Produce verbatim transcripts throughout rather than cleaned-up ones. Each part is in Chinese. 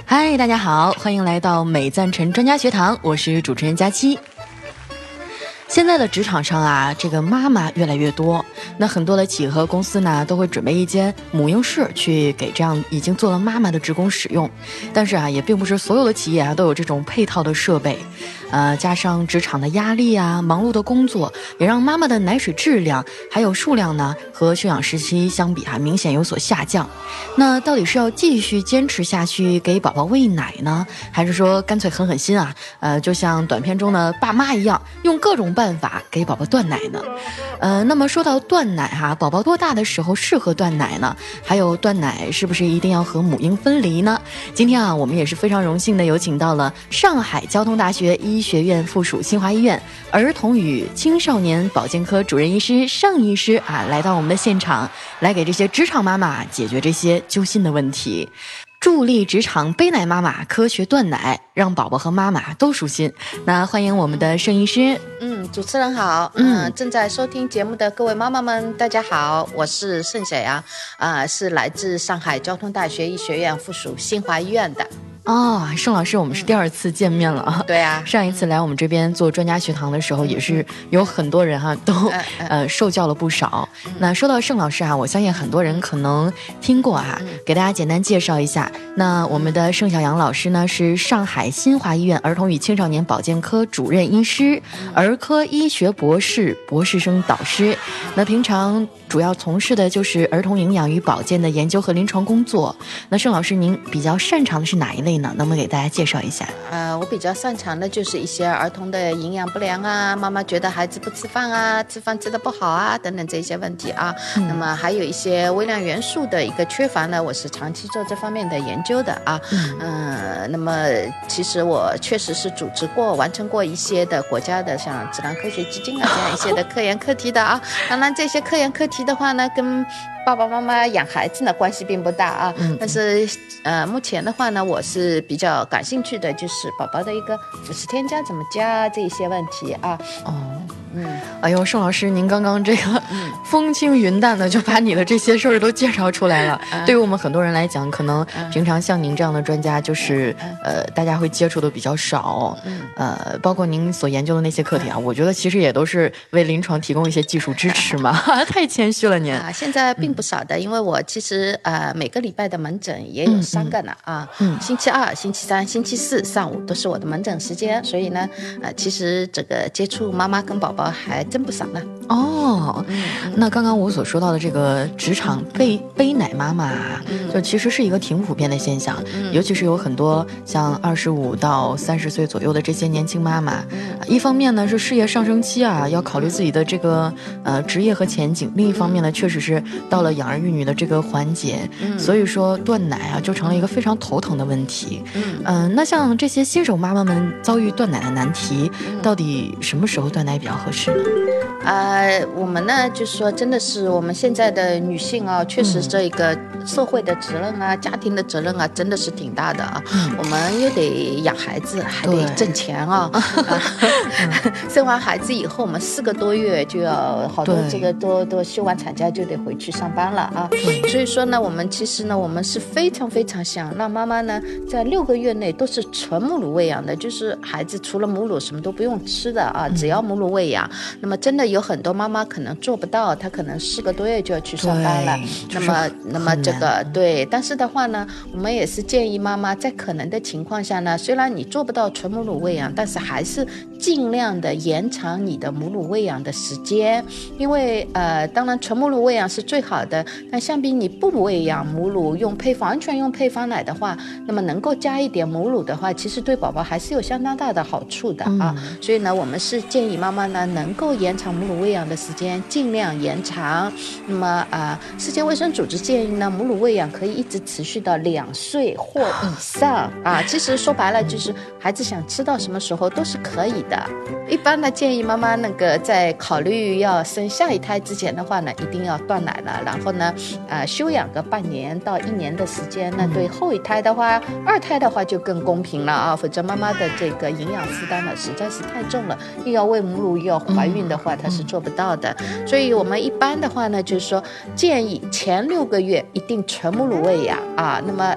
嗨，大家好，欢迎来到美赞臣专家学堂，我是主持人佳期。现在的职场上啊，这个妈妈越来越多，那很多的企业和公司呢，都会准备一间母婴室去给这样已经做了妈妈的职工使用。但是啊，也并不是所有的企业啊都有这种配套的设备。呃，加上职场的压力啊，忙碌的工作，也让妈妈的奶水质量还有数量呢，和休养时期相比啊，明显有所下降。那到底是要继续坚持下去给宝宝喂奶呢，还是说干脆狠狠心啊，呃，就像短片中的爸妈一样，用各种办法给宝宝断奶呢？呃，那么说到断奶哈、啊，宝宝多大的时候适合断奶呢？还有断奶是不是一定要和母婴分离呢？今天啊，我们也是非常荣幸的有请到了上海交通大学医学院附属新华医院儿童与青少年保健科主任医师盛医师啊，来到我们的现场，来给这些职场妈妈解决这些揪心的问题。助力职场背奶妈妈科学断奶，让宝宝和妈妈都舒心。那欢迎我们的盛医师。 嗯，主持人好，嗯、呃，正在收听节目的各位妈妈们，大家好，我是盛小阳，啊、呃，是来自上海交通大学医学院附属新华医院的。 哦，盛老师，我们是第二次见面了。 嗯、对啊， 上一次来我们这边做专家学堂的时候，也是有很多人哈、啊、都、嗯、呃受教了不少。嗯、那说到盛老师啊，我相信很多人可能听过啊，嗯、给大家简单介绍一下。那我们的盛小阳老师呢，是上海新华医院儿童与青少年保健科主任医师，儿科医学博士、博士生导师。那平常主要从事的就是儿童营养与保健的研究和临床工作。那盛老师，您比较擅长的是哪一类呢？能不能给大家介绍一下？ 呃，我比较擅长的就是一些儿童的营养不良啊，妈妈觉得孩子不吃饭啊，吃饭吃得不好啊，等等这些问题啊。嗯、那么还有一些微量元素的一个缺乏呢，我是长期做这方面的研究的啊。嗯、呃，那么其实我确实是组织过、完成过一些的国家的像自然科学基金啊这样一些的科研课题的啊。当然这些科研课题的话呢，跟爸爸妈妈养孩子呢关系并不大啊。嗯、但是呃，目前的话呢，我是比较感兴趣的就是宝宝的一个辅食添加怎么加这些问题啊。 哦，嗯，哎呦，盛老师，您刚刚这个风轻云淡的就把你的这些事儿都介绍出来了。嗯、对于我们很多人来讲，可能平常像您这样的专家，就是呃，大家会接触的比较少。嗯、呃，包括您所研究的那些课题啊，我觉得其实也都是为临床提供一些技术支持嘛。太谦虚了您啊！现在并不少的，嗯、因为我其实呃每个礼拜的门诊也有三个呢。嗯啊，嗯，星期二、星期三、星期四上午都是我的门诊时间，所以呢，呃，其实这个接触妈妈跟宝宝还真不少呢。 哦，嗯、那刚刚我所说到的这个职场背背奶妈妈，嗯、就其实是一个挺普遍的现象，嗯、尤其是有很多像二十五到三十岁左右的这些年轻妈妈，嗯、一方面呢是事业上升期啊，要考虑自己的这个呃职业和前景，另一方面呢，确实是到了养儿育女的这个环节，嗯、所以说断奶啊就成了一个非常头疼的问题。嗯、呃，那像这些新手妈妈们遭遇断奶的难题，嗯、到底什么时候断奶比较合适呢？ 呃，我们呢，就是说，真的是我们现在的女性啊，确实这个社会的责任啊，嗯、家庭的责任啊，真的是挺大的啊。嗯、我们又得养孩子，还得挣钱啊。啊嗯、生完孩子以后，我们四个多月就要好多这个都都休完产假就得回去上班了啊。所以说呢，我们其实呢，我们是非常非常想让妈妈呢，在六个月内都是纯母乳喂养的，就是孩子除了母乳什么都不用吃的啊，只要母乳喂养。嗯、那么真的有。有很多妈妈可能做不到，她可能四个多月就要去上班了。那么，那么这个对，但是的话呢，我们也是建议妈妈在可能的情况下呢，虽然你做不到纯母乳喂养，但是还是尽量的延长你的母乳喂养的时间，因为呃，当然纯母乳喂养是最好的，但相比你不喂养母乳，用配方完全用配方奶的话，那么能够加一点母乳的话，其实对宝宝还是有相当大的好处的啊。嗯、所以呢，我们是建议妈妈呢能够延长母乳喂养的时间，尽量延长。那么啊、呃，世界卫生组织建议呢，母乳喂养可以一直持续到两岁或以上啊。其实说白了就是孩子想吃到什么时候都是可以的。一般呢，建议妈妈那个在考虑要生下一胎之前的话呢，一定要断奶了，然后呢，呃，休养个半年到一年的时间。那对后一胎的话，二胎的话就更公平了啊，否则妈妈的这个营养负担呢实在是太重了，又要喂母乳又要怀孕的话，她是做不到的。所以我们一般的话呢，就是说建议前六个月一定纯母乳喂养啊。那么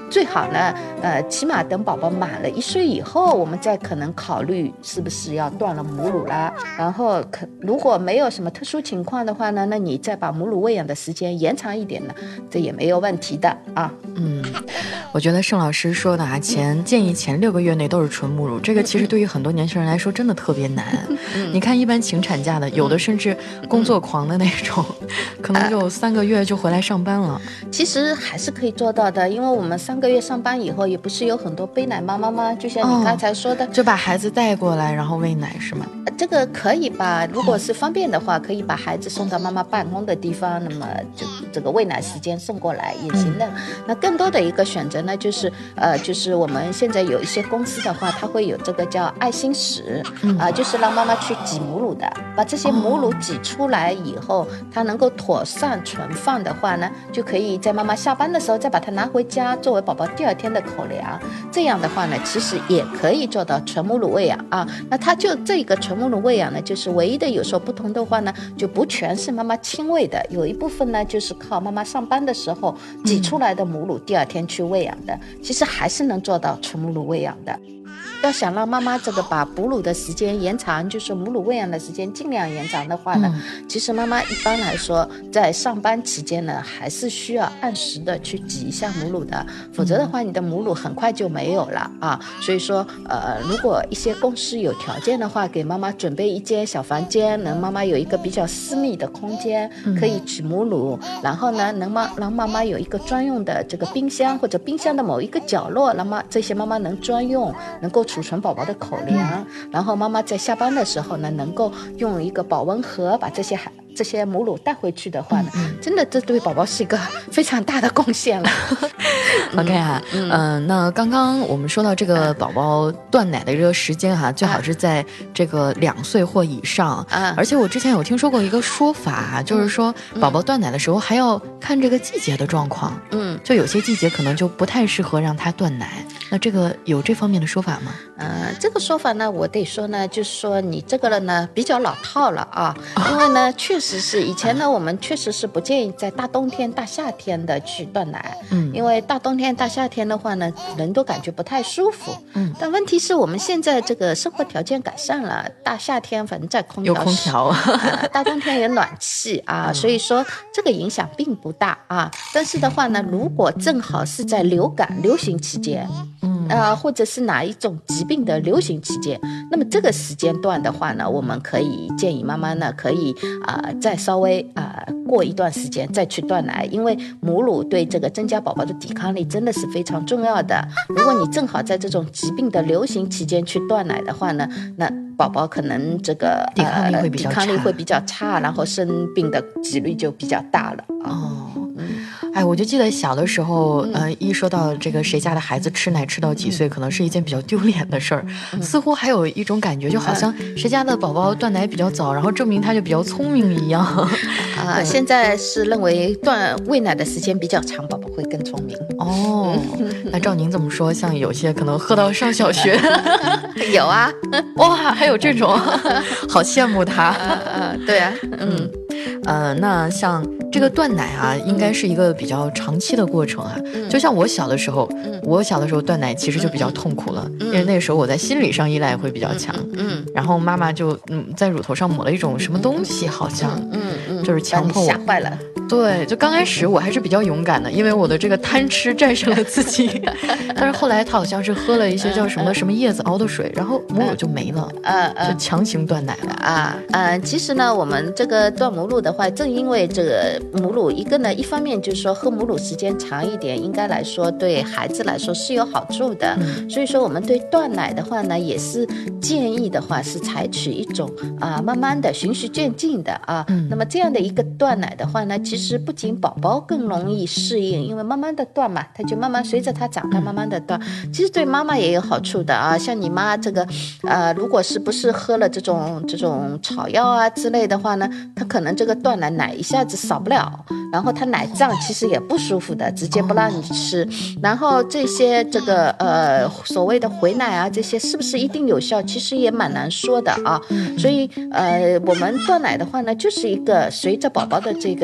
最好呢，呃，起码等宝宝满了一岁以后，我们再可能考虑是不是要断了母乳啦。然后可如果没有什么特殊情况的话呢，那你再把母乳喂养的时间延长一点呢，这也没有问题的啊。 嗯，我觉得盛老师说的啊，前建议前六个月内都是纯母乳，这个其实对于很多年轻人来说真的特别难。嗯、你看，一般请产假的，有的甚至工作狂的那种，嗯、可能就三个月就回来上班了。 其实还是可以做到的，因为我们三个月上班以后，也不是有很多背奶妈妈吗？就像你刚才说的， 哦、就把孩子带过来，然后喂奶是吗？ 这个可以吧？如果是方便的话，可以把孩子送到妈妈办公的地方，那么就这个喂奶时间送过来也行的。嗯、那更多的一个选择呢，就是呃，就是我们现在有一些公司的话，它会有这个叫爱心室，啊、嗯呃，就是让妈妈去挤母乳的，把这些母乳挤出来以后，它能够妥善存放的话呢，就可以在妈妈下班的时候再把它拿回家，作为宝宝第二天的口粮。这样的话呢，其实也可以做到纯母乳喂养啊。那它就这个纯母乳喂养呢，就是唯一的有所不同的话呢，就不全是妈妈亲喂的，有一部分呢就是靠妈妈上班的时候挤出来的母乳第二天去喂养的，其实还是能做到纯母乳喂养的。要想让妈妈这个把哺乳的时间延长，就是母乳喂养的时间尽量延长的话呢，嗯、其实妈妈一般来说在上班期间呢，还是需要按时的去挤一下母乳的，否则的话你的母乳很快就没有了啊。所以说，呃，如果一些公司有条件的话，给妈妈准备一间小房间，能妈妈有一个比较私密的空间，可以挤母乳，嗯、然后呢，能妈让妈妈有一个专用的这个冰箱或者冰箱的某一个角落，让妈这些妈妈能专用，能够储存宝宝的口粮，然后妈妈在下班的时候呢，能够用一个保温盒把这些孩这些母乳带回去的话呢，嗯、真的这对宝宝是一个非常大的贡献了。 OK 哈，嗯、呃，那刚刚我们说到这个宝宝断奶的这个时间哈、啊，最好是在这个两岁或以上。啊，而且我之前有听说过一个说法，就是说宝宝断奶的时候还要看这个季节的状况。嗯，就有些季节可能就不太适合让他断奶。那这个有这方面的说法吗？ 呃，这个说法呢，我得说呢，就是说你这个了呢比较老套了啊，因为呢确实是以前呢我们确实是不建议在大冬天大夏天的去断奶，嗯，因为大冬天大夏天的话呢，人都感觉不太舒服，嗯，但问题是我们现在这个生活条件改善了，大夏天反正在空调有空调， 呃、大冬天有暖气啊，嗯、所以说这个影响并不大啊。但是的话呢，如果正好是在流感流行期间，嗯，呃，或者是哪一种疾病的流行期间，那么这个时间段的话呢，我们可以建议妈妈呢，可以啊、呃、再稍微啊、呃、过一段时间再去断奶，因为母乳对这个增加宝宝的抵抗力真的是非常重要的。如果你正好在这种疾病的流行期间去断奶的话呢，那宝宝可能这个抵抗力会比较差， 呃、抵抗力会比较差，然后生病的几率就比较大了啊。 哦，哎，我就记得小的时候，嗯、呃，一说到这个谁家的孩子吃奶吃到几岁，嗯、可能是一件比较丢脸的事儿。嗯、似乎还有一种感觉，就好像谁家的宝宝断奶比较早，然后证明他就比较聪明一样。 啊、呃，现在是认为断喂奶的时间比较长，宝宝会更聪明。 哦，那照您这么说，像有些可能喝到上小学， 有啊， 哇，还有这种，好羡慕他。 啊啊，对啊，嗯。 呃，那像这个断奶啊，应该是一个比较长期的过程啊。嗯、就像我小的时候，嗯、我小的时候断奶其实就比较痛苦了，嗯、因为那个时候我在心理上依赖会比较强。嗯，然后妈妈就嗯在乳头上抹了一种什么东西，好像，嗯嗯，就是强迫我。 吓坏了。 对，就刚开始我还是比较勇敢的，因为我的这个贪吃战胜了自己。但是后来他好像是喝了一些叫什么什么叶子熬的水，然后母乳就没了，嗯嗯，就强行断奶了啊。嗯，其实呢，我们这个断母乳的话，正因为这个母乳，一个呢，一方面就是说喝母乳时间长一点，应该来说对孩子来说是有好处的。嗯、所以说我们对断奶的话呢，也是建议的话是采取一种啊慢慢的循序渐进的啊。嗯、那么这样的一个断奶的话呢，其实。其实不仅宝宝更容易适应，因为慢慢的断嘛，他就慢慢随着他长大慢慢的断，其实对妈妈也有好处的啊。像你妈这个呃，如果是不是喝了这种这种草药啊之类的话呢，她可能这个断奶奶一下子少不了，然后她奶胀其实也不舒服的，直接不让你吃。然后这些这个呃所谓的回奶啊，这些是不是一定有效，其实也蛮难说的啊。所以呃我们断奶的话呢，就是一个随着宝宝的这个吸吮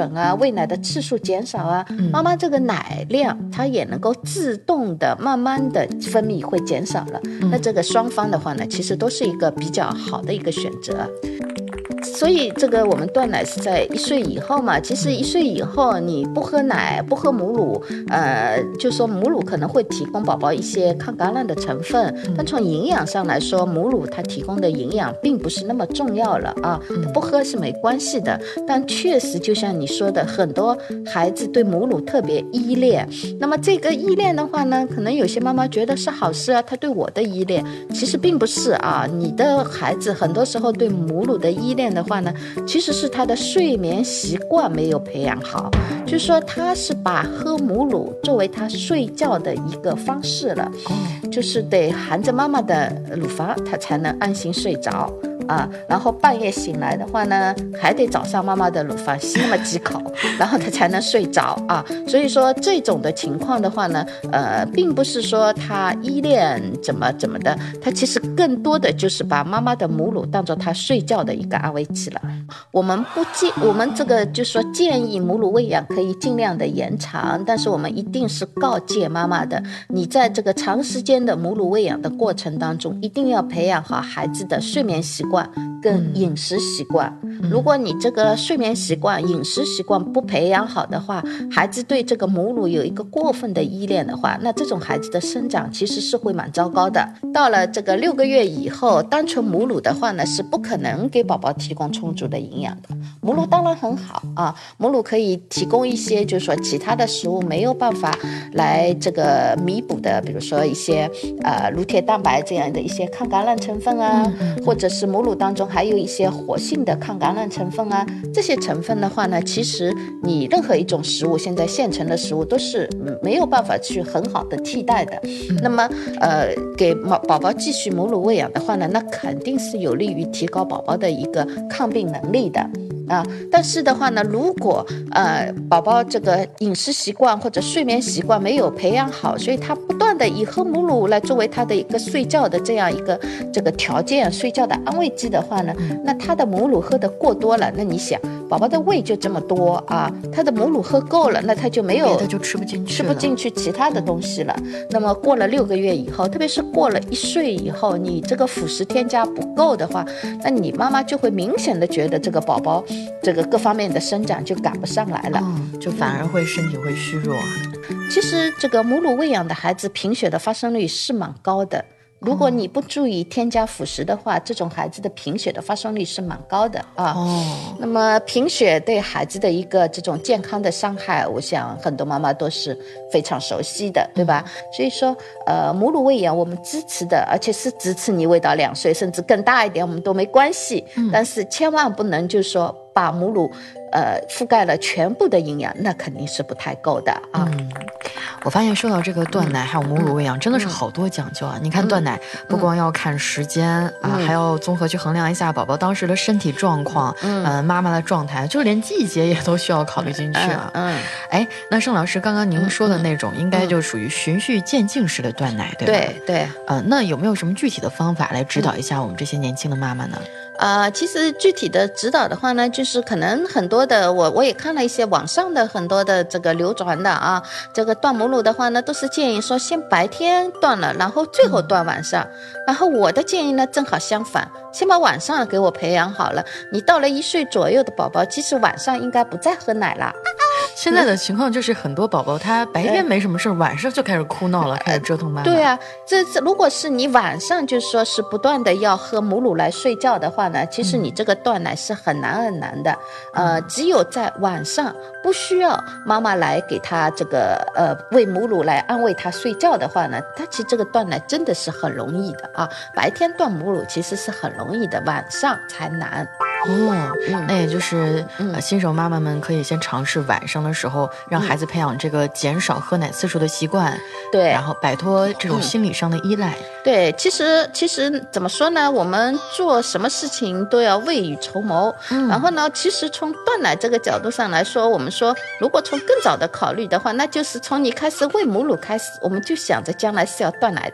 准啊，喂奶的次数减少啊，嗯、妈妈这个奶量它也能够自动的慢慢的分泌会减少了，嗯、那这个双方的话呢，其实都是一个比较好的一个选择。所以这个我们断奶是在一岁以后嘛，其实一岁以后你不喝奶不喝母乳，呃，就说母乳可能会提供宝宝一些抗感染的成分，但从营养上来说，母乳它提供的营养并不是那么重要了啊，不喝是没关系的，但确实就像你说的，很多孩子对母乳特别依恋，那么这个依恋的话呢，可能有些妈妈觉得是好事啊，他对我的依恋其实并不是啊，你的孩子很多时候对母乳的依恋的话呢，其实是他的睡眠习惯没有培养好，就是说他是把喝母乳作为他睡觉的一个方式了，就是得含着妈妈的乳房他才能安心睡着啊，然后半夜醒来的话呢，还得找上妈妈的乳房吸那么几口，然后他才能睡着啊。所以说这种的情况的话呢，呃，并不是说他依恋怎么怎么的，他其实更多的就是把妈妈的母乳当做他睡觉的一个安慰剂了。我们不建，我们这个就说建议母乳喂养可以尽量的延长，但是我们一定是告诫妈妈的，你在这个长时间的母乳喂养的过程当中，一定要培养好孩子的睡眠习惯跟饮食习惯。如果你这个睡眠习惯、饮食习惯不培养好的话，孩子对这个母乳有一个过分的依恋的话，那这种孩子的生长其实是会蛮糟糕的。到了这个六个月以后，单纯母乳的话呢，是不可能给宝宝提供充足的营养的。母乳当然很好啊，母乳可以提供一些就是说其他的食物没有办法来这个弥补的，比如说一些呃乳铁蛋白这样的一些抗感染成分啊，或者是母乳当中还有一些活性的抗感染成分啊，这些成分的话呢，其实你任何一种食物，现在现成的食物都是没有办法去很好的替代的。那么呃给宝宝继续母乳喂养的话呢，那肯定是有利于提高宝宝的一个抗病能力的啊，但是的话呢，如果呃宝宝这个饮食习惯或者睡眠习惯没有培养好，所以他不断的以喝母乳来作为他的一个睡觉的这样一个这个条件，睡觉的安慰剂的话呢，那他的母乳喝得过多了，那你想宝宝的胃就这么多啊，他的母乳喝够了，那他就没有他就吃不进去吃不进去其他的东西了。那么过了六个月以后，特别是过了一岁以后，你这个辅食添加不够的话，那你妈妈就会明显的觉得这个宝宝这个各方面的生长就赶不上来了， 嗯、就反而会身体会虚弱。 其实这个母乳喂养的孩子贫血的发生率是蛮高的，如果你不注意添加辅食的话，这种孩子的贫血的发生率是蛮高的啊。 哦， 那么贫血对孩子的一个这种健康的伤害，我想很多妈妈都是非常熟悉的，对吧？所以说，呃，母乳喂养我们支持的，而且是支持你喂到两岁甚至更大一点，我们都没关系。嗯、但是千万不能就是说把母乳呃覆盖了全部的营养，那肯定是不太够的啊。 嗯，我发现说到这个断奶还有母乳喂养，真的是好多讲究啊！你看断奶不光要看时间啊，还要综合去衡量一下宝宝当时的身体状况，嗯，妈妈的状态，就连季节也都需要考虑进去啊。嗯，哎，那盛老师刚刚您说的那种，应该就属于循序渐进式的断奶，对吧？ 对对。 呃，那有没有什么具体的方法来指导一下我们这些年轻的妈妈呢？ 呃，其实具体的指导的话呢，就是可能很多的，我我也看了一些网上的很多的这个流传的啊，这个断母乳的话呢，都是建议说先白天断了，然后最后断晚上。然后我的建议呢，正好相反，先把晚上给我培养好了。你到了一岁左右的宝宝，其实晚上应该不再喝奶了。 现在的情况就是很多宝宝他白天没什么事，晚上就开始哭闹了，开始折腾妈妈。 对啊，这这如果是你晚上就是说是不断的要喝母乳来睡觉的话呢，其实你这个断奶是很难很难的。呃，只有在晚上不需要妈妈来给他这个呃喂母乳来安慰他睡觉的话呢，他其实这个断奶真的是很容易的啊。白天断母乳其实是很容易的，晚上才难。 哦，嗯、那也就是、嗯呃、新手妈妈们可以先尝试晚上的时候让孩子培养这个减少喝奶次数的习惯， 对、 嗯，然后摆脱这种心理上的依赖。嗯、 对，其实其实怎么说呢？我们做什么事情都要未雨绸缪。嗯、然后呢，其实从断奶这个角度上来说，我们说如果从更早的考虑的话，那就是从你开始喂母乳开始，我们就想着将来是要断奶的。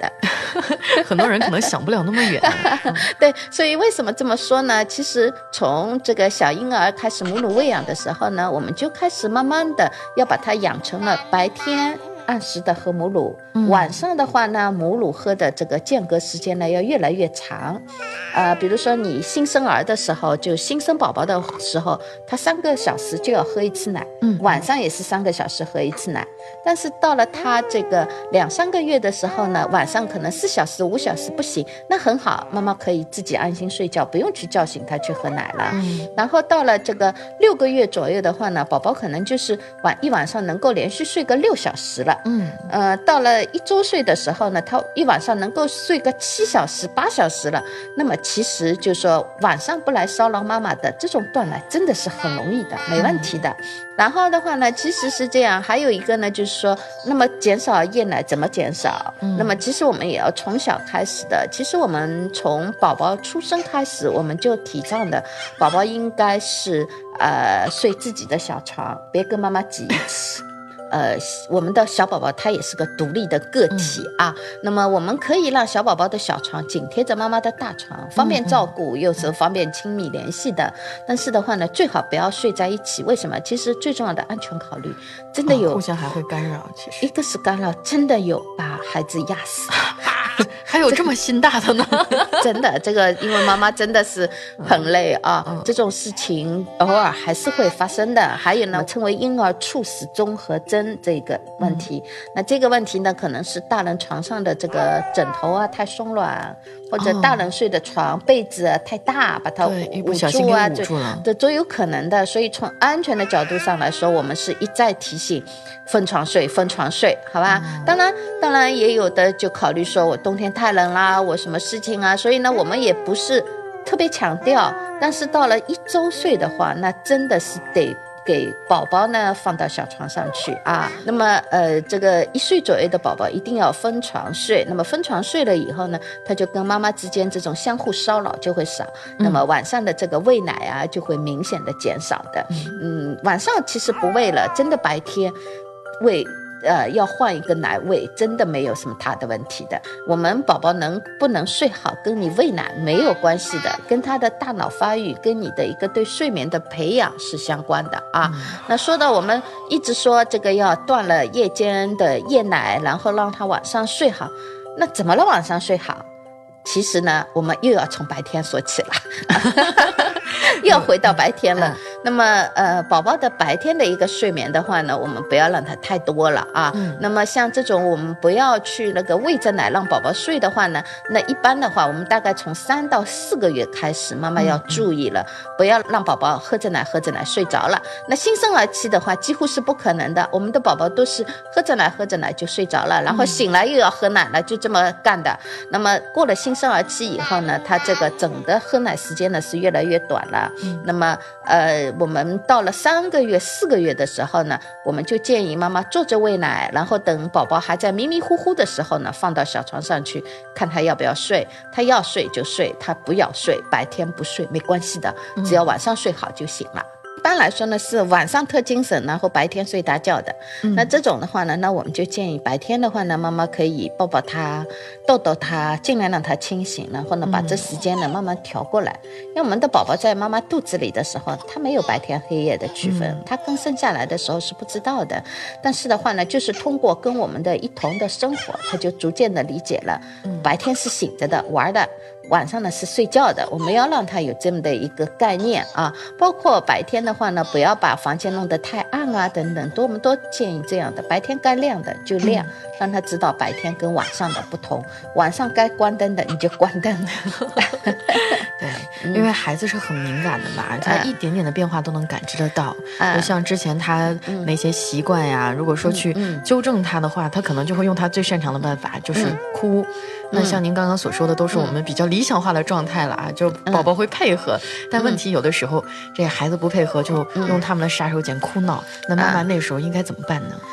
很多人可能想不了那么远。 对，所以为什么这么说呢？其实从这个小婴儿开始母乳喂养的时候呢，我们就开始慢慢的要把它养成了白天按时的喝母乳，嗯、晚上的话呢，母乳喝的这个间隔时间呢要越来越长。呃，比如说你新生儿的时候，就新生宝宝的时候，他三个小时就要喝一次奶，嗯，晚上也是三个小时喝一次奶。但是到了他这个两三个月的时候呢，晚上可能四小时、五小时不行，那很好，妈妈可以自己安心睡觉，不用去叫醒他去喝奶了。嗯、然后到了这个六个月左右的话呢，宝宝可能就是晚一晚上能够连续睡个六小时了。嗯，呃，到了一周岁的时候呢，他一晚上能够睡个七小时、八小时了。那么其实就是说晚上不来骚扰妈妈的这种断奶真的是很容易的，没问题的。嗯、然后的话呢，其实是这样，还有一个呢，就是说，那么减少夜奶怎么减少？嗯、那么其实我们也要从小开始的。其实我们从宝宝出生开始，我们就提倡的，宝宝应该是呃睡自己的小床，别跟妈妈挤一起。呃，我们的小宝宝他也是个独立的个体啊，嗯、那么我们可以让小宝宝的小床紧贴着妈妈的大床，方便照顾，有时候方便亲密联系的。但是的话呢，最好不要睡在一起。为什么？其实最重要的安全考虑，真的有、 哦、互相还会干扰。其实一个是干扰，真的有把孩子压死。 还有这么心大的呢？ 真的，这个因为妈妈真的是很累啊，嗯、这种事情偶尔还是会发生的。还有呢，称为婴儿猝死综合征这个问题。嗯、那这个问题呢，可能是大人床上的这个枕头啊太松软，或者大人睡的床、哦、被子、啊、太大，把它捂住啊，这都有可能的。所以从安全的角度上来说，我们是一再提醒分床睡，分床睡，好吧？嗯、当然，当然也有的就考虑说我冬天太冷啦，我什么事情啊，所以呢，我们也不是特别强调。但是到了一周岁的话，那真的是得给宝宝呢放到小床上去啊。那么呃，这个一岁左右的宝宝一定要分床睡。那么分床睡了以后呢，他就跟妈妈之间这种相互骚扰就会少。嗯、那么晚上的这个喂奶啊，就会明显的减少的。嗯，晚上其实不喂了，真的白天喂。呃，要换一个奶喂，真的没有什么大的问题的。我们宝宝能不能睡好，跟你喂奶没有关系的，跟他的大脑发育，跟你的一个对睡眠的培养是相关的啊。嗯、那说到我们一直说这个要断了夜间的夜奶，然后让他晚上睡好，那怎么了晚上睡好？其实呢，我们又要从白天说起了。又要回到白天了。嗯、那么呃，宝宝的白天的一个睡眠的话呢，我们不要让它太多了啊。嗯、那么像这种我们不要去那个喂着奶让宝宝睡的话呢，那一般的话我们大概从三到四个月开始，妈妈要注意了，嗯、不要让宝宝喝着奶喝着奶睡着了。那新生儿期的话几乎是不可能的，我们的宝宝都是喝着奶喝着奶就睡着了，然后醒来又要喝奶了，就这么干的。那么过了新生儿期以后呢，他这个整个喝奶时间呢是越来越短了。嗯、那么呃，我们到了三个月四个月的时候呢，我们就建议妈妈坐着喂奶，然后等宝宝还在迷迷糊糊的时候呢，放到小床上去，看他要不要睡。他要睡就睡，他不要睡，白天不睡没关系的，只要晚上睡好就行了。一般来说呢是晚上特精神，然后白天睡大觉的。嗯、那这种的话呢，那我们就建议白天的话呢，妈妈可以抱抱他，逗逗他，尽量让他清醒，然后呢把这时间呢慢慢调过来。因为我们的宝宝在妈妈肚子里的时候，他没有白天黑夜的区分，嗯、他刚生下来的时候是不知道的。但是的话呢，就是通过跟我们的一同的生活，他就逐渐的理解了，嗯、白天是醒着的玩的，晚上呢是睡觉的。我们要让他有这么的一个概念啊，包括白天的话呢，不要把房间弄得太暗啊等等，都我们都建议这样的，白天该亮的就亮，嗯、让他知道白天跟晚上的不同，晚上该关灯的你就关灯。 对，因为孩子是很敏感的嘛，嗯、他一点点的变化都能感知得到。嗯、就像之前他那些习惯呀，嗯、如果说去纠正他的话，嗯、他可能就会用他最擅长的办法，就是哭。嗯、那像您刚刚所说的，都是我们比较理想化的状态了啊，就宝宝会配合，嗯、但问题有的时候这个孩子不配合，就用他们的杀手锏哭闹。嗯、那妈妈那时候应该怎么办呢？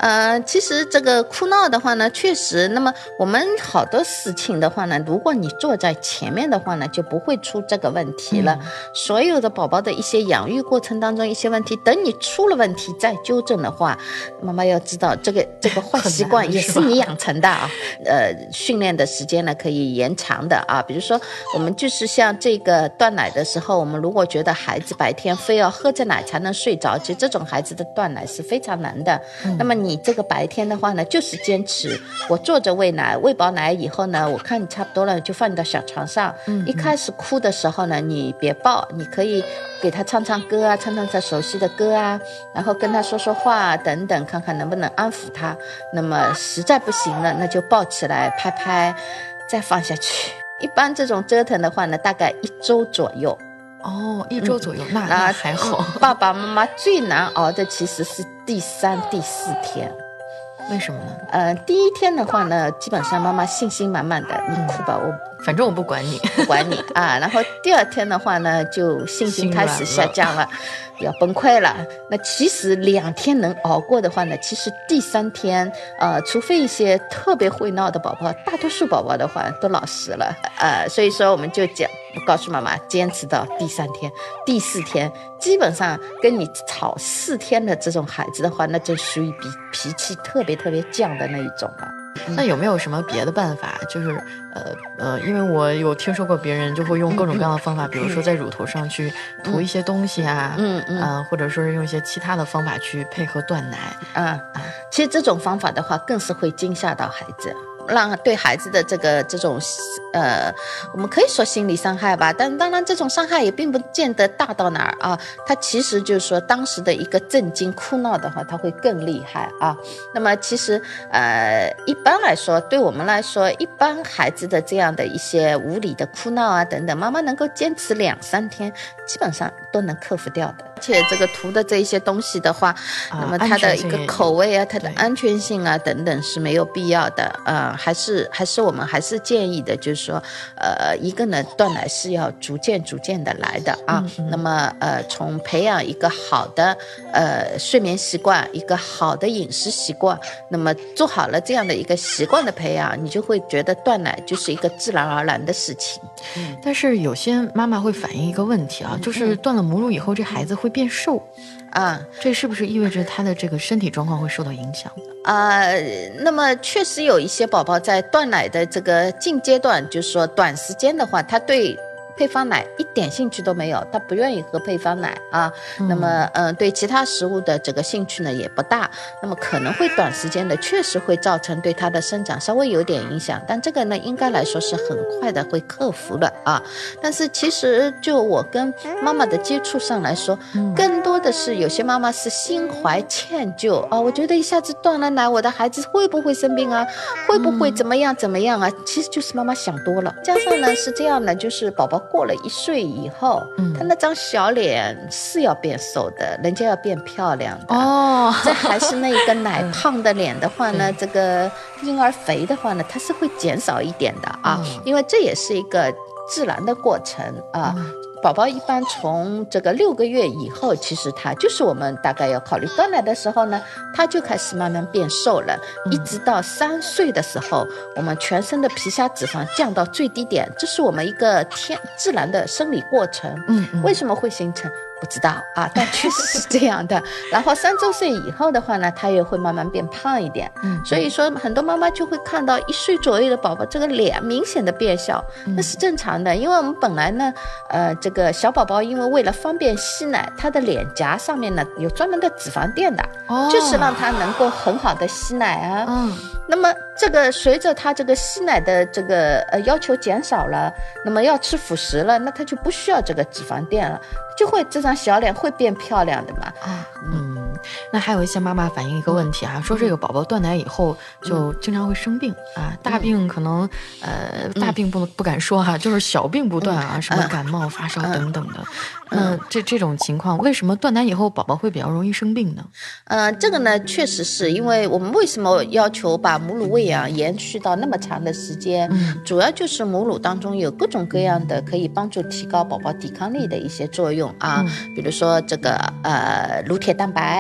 呃，其实这个哭闹的话呢，确实，那么我们好多事情的话呢，如果你坐在前面的话呢，就不会出这个问题了。嗯、所有的宝宝的一些养育过程当中一些问题，等你出了问题再纠正的话，妈妈要知道这个这个坏习惯也是你养成的啊。呃，训练的时间呢可以延长的啊，比如说我们就是像这个断奶的时候，我们如果觉得孩子白天非要喝着奶才能睡着，其实这种孩子的断奶是非常难的。嗯、那么你这个白天的话呢，就是坚持我坐着喂奶，喂饱奶以后呢，我看你差不多了，就放你到小床上。嗯嗯一开始哭的时候呢，你别抱，你可以给他唱唱歌啊，唱唱他熟悉的歌啊，然后跟他说说话啊，等等，看看能不能安抚他。那么实在不行了，那就抱起来拍拍，再放下去。一般这种折腾的话呢，大概一周左右。 哦，一周左右，嗯、那那还好。 爸爸妈妈最难熬的其实是第三、第四天。 为什么呢？ 呃，第一天的话呢，基本上妈妈信心满满的，你哭吧，我反正我不管你， 不管你啊。然后第二天的话呢，就信心开始下降了，要崩溃了。那其实两天能熬过的话呢，其实第三天，呃，除非一些特别会闹的宝宝，大多数宝宝的话都老实了，呃，所以说我们就讲。告诉妈妈坚持到第三天第四天，基本上跟你吵四天的这种孩子的话，那就属于比脾气特别特别犟的那一种了。 那有没有什么别的办法？就是呃呃，因为我有听说过别人就会用各种各样的方法，嗯、比如说在乳头上去涂一些东西啊，嗯嗯、呃，或者说是用一些其他的方法去配合断奶啊啊。其实这种方法的话，更是会惊吓到孩子。让对孩子的这个这种呃，我们可以说心理伤害吧，但当然这种伤害也并不见得大到哪儿啊。他其实就是说当时的一个震惊哭闹的话，他会更厉害啊。那么其实呃，一般来说，对我们来说，一般孩子的这样的一些无理的哭闹啊等等，妈妈能够坚持两三天，基本上都能克服掉的。而且这个涂的这一些东西的话，啊、那么它的一个口味啊，它的安全性啊等等是没有必要的啊。呃还是还是我们还是建议的，就是说，呃，一个呢，断奶是要逐渐逐渐的来的啊。嗯嗯那么，呃，从培养一个好的呃睡眠习惯，一个好的饮食习惯，那么做好了这样的一个习惯的培养，你就会觉得断奶就是一个自然而然的事情。 嗯、但是有些妈妈会反映一个问题啊，就是断了母乳以后，这孩子会变瘦。啊，这是不是意味着他的这个身体状况会受到影响？ 呃，那么确实有一些宝宝在断奶的这个近阶段，就是说短时间的话，他对配方奶一点兴趣都没有，他不愿意喝配方奶啊。嗯、那么，嗯、呃，对其他食物的这个兴趣呢也不大。那么可能会短时间的确实会造成对他的生长稍微有点影响，但这个呢应该来说是很快的会克服的啊。但是其实就我跟妈妈的接触上来说，嗯、更多的是有些妈妈是心怀歉疚啊，我觉得一下子断了奶，我的孩子会不会生病啊？会不会怎么样怎么样啊？其实就是妈妈想多了。加上呢是这样的，就是宝宝过了一岁以后，嗯、他那张小脸是要变瘦的，人家要变漂亮的哦。这还是那个奶胖的脸的话呢，嗯、这个婴儿肥的话呢，它是会减少一点的啊，嗯、因为这也是一个自然的过程啊。嗯宝宝一般从这个六个月以后，其实他就是我们大概要考虑断奶的时候呢，他就开始慢慢变瘦了，嗯、一直到三岁的时候，我们全身的皮下脂肪降到最低点，这是我们一个天自然的生理过程。嗯嗯为什么会形成？不知道啊，但确实是这样的。然后三周岁以后的话呢，他也会慢慢变胖一点。嗯，所以说很多妈妈就会看到一岁左右的宝宝这个脸明显的变小，嗯、那是正常的，因为我们本来呢，呃，这个小宝宝因为为了方便吸奶，他的脸颊上面呢有专门的脂肪垫的，哦、就是让他能够很好的吸奶啊。嗯，那么这个随着他这个吸奶的这个呃要求减少了，那么要吃辅食了，那他就不需要这个脂肪垫了，就会这张小脸会变漂亮的嘛。啊， 嗯，那还有一些妈妈反映一个问题啊，说这个宝宝断奶以后就经常会生病啊，大病可能呃大病不不敢说哈，就是小病不断啊，什么感冒、发烧等等的。嗯，这这种情况，为什么断奶以后宝宝会比较容易生病呢？ 呃，这个呢，确实是因为我们为什么要求把母乳喂养延续到那么长的时间？嗯，主要就是母乳当中有各种各样的可以帮助提高宝宝抵抗力的一些作用啊，嗯、比如说这个呃乳铁蛋白，嗯、